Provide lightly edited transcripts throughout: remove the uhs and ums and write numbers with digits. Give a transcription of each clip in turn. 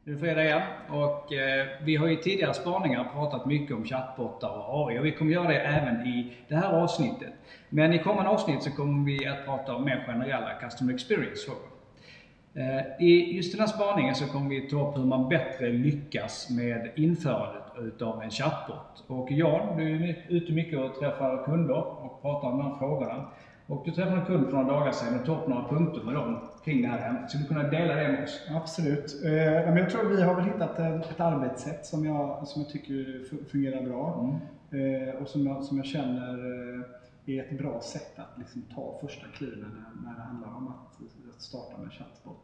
Nu är fredag igen och vi har i tidigare spaningar pratat mycket om chattbottar och AI och vi kommer göra det även i det här avsnittet. Men i kommande avsnitt så kommer vi att prata om mer generella Customer Experience-frågor. I just den här spaningen så kommer vi ta upp hur man bättre lyckas med införandet av en chattbot. Och Jan, du är ute mycket och träffar kunder och pratar om de här frågorna. Och du träffade en kund för några dagar sedan och tog upp några punkter med dem kring det här ämnet. Så du kunna dela det med oss? Absolut. Men jag tror att vi har väl hittat ett arbetssätt som jag tycker fungerar bra. Och som jag känner är ett bra sätt att liksom ta första kliven när det handlar om att starta med chattbot.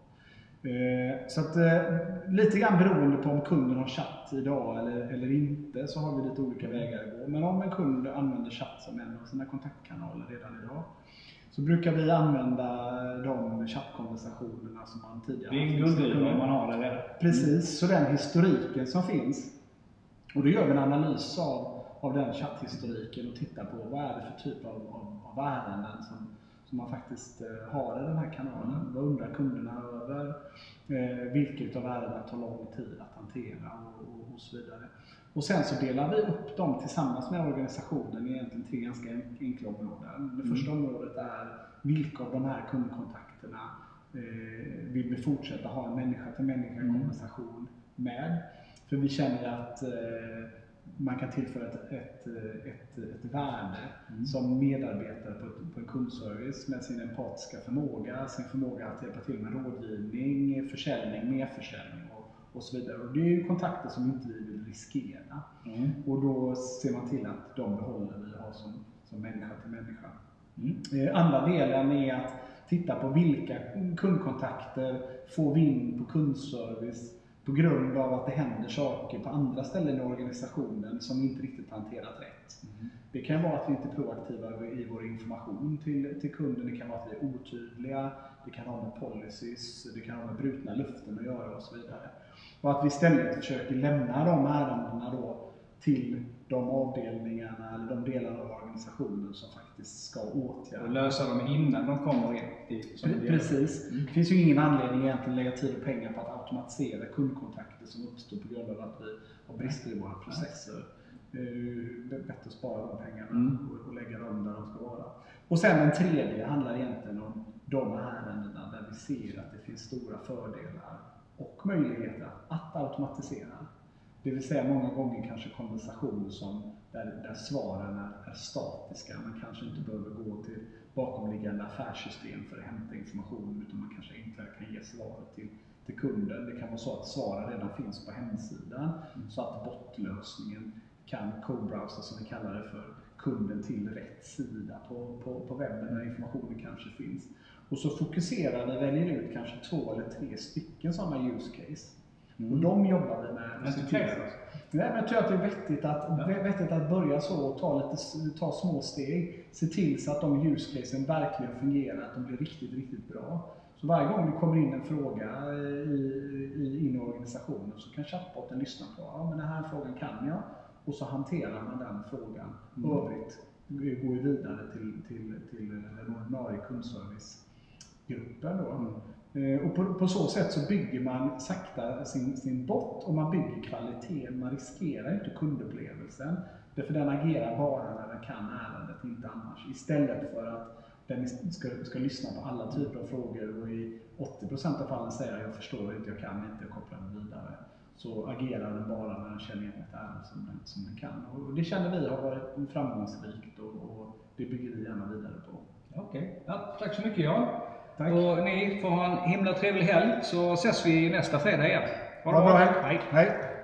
Så att lite grann beroende på om kunden har chatt idag eller inte, så har vi lite olika vägar att gå. Men om en kund använder chatt som en av sina kontaktkanaler redan idag, så brukar vi använda de chattkonversationerna som man tidigare haft. Det är guldgruvan om man har det redan. Precis, så den historiken som finns. Och då gör vi en analys av den chatthistoriken och tittar på vad är det för typ av ärenden som man faktiskt har i den här kanalen. Vad undrar kunderna över? Vilket av ärendena tar lång tid att hantera och så vidare. Och sen så delar vi upp dem tillsammans med organisationen i egentligen tre ganska enkla områden. Det första området är vilka av de här kundkontakterna vill vi fortsätta ha en människa-till-människa konversation med. För vi känner att man kan tillföra ett värde som medarbetare på en kundservice med sin empatiska förmåga, sin förmåga att hjälpa till med rådgivning, försäljning, merförsäljning och så vidare. Och det är ju kontakter som inte vi vill riskera. Och då ser man till att de behåller vi har som människa till människa. Andra delen är att titta på vilka kundkontakter får vi in på kundservice på grund av att det händer saker på andra ställen i organisationen som inte riktigt hanterat rätt. Det kan vara att vi inte är proaktiva i vår information till kunden, det kan vara att vi är otydliga, det kan ha med policies, det kan ha med brutna luften att göra och så vidare. Och att vi istället försöker lämna de ärendena då till de avdelningarna eller de delarna av organisationen som faktiskt ska åtgärda. Och lösa dem innan de kommer in. Precis. Det finns ju ingen anledning egentligen att lägga tid och pengar på att automatisera kundkontakter som uppstår på grund av att vi har brister i våra processer. Det är bättre att spara de pengarna och lägga dem där de ska vara. Och sen den tredje handlar egentligen om de ärendena där vi ser att det finns stora fördelar och möjligheter att automatisera. Det vill säga många gånger kanske konversationer där svaren är statiska. Man kanske inte behöver gå till bakomliggande affärssystem för att hämta information, utan man kanske enklare kan ge svaret till kunden. Det kan vara så att svaren redan finns på hemsidan så att botlösningen kan co-browsa, som vi kallar det, för kunden till rätt sida på webben där informationen kanske finns. Och så fokuserar vi, väljer ut kanske 2 eller 3 stycken sådana use case. Och de jobbar vi med. Men jag tror att det är vettigt att börja så och ta små steg. Se till så att de use casen verkligen fungerar, att de blir riktigt, riktigt bra. Så varje gång det kommer in en fråga in i organisationen så kan chattbotten lyssna på, men den här frågan kan jag. Och så hanterar man den frågan. Övrigt går vi vidare till den ordinarie kundservicegruppen då. Och på så sätt så bygger man sakta sin bot och man bygger kvaliteten. Man riskerar inte kundupplevelsen. Därför den agerar bara när den kan ärendet, inte annars. Istället för att den ska lyssna på alla typer av frågor och i 80% av fallen säger jag förstår inte, jag kan inte, jag kopplar den vidare. Så agerar den bara när den känner igen ett ärende som den kan. Och det känner vi har varit framgångsrikt och det bygger vi gärna vidare på. Okej. Ja, tack så mycket Jan. Tack. Och ni får ha en himla trevlig helg, så ses vi nästa fredag igen. Ha det bra. Hej. Hej.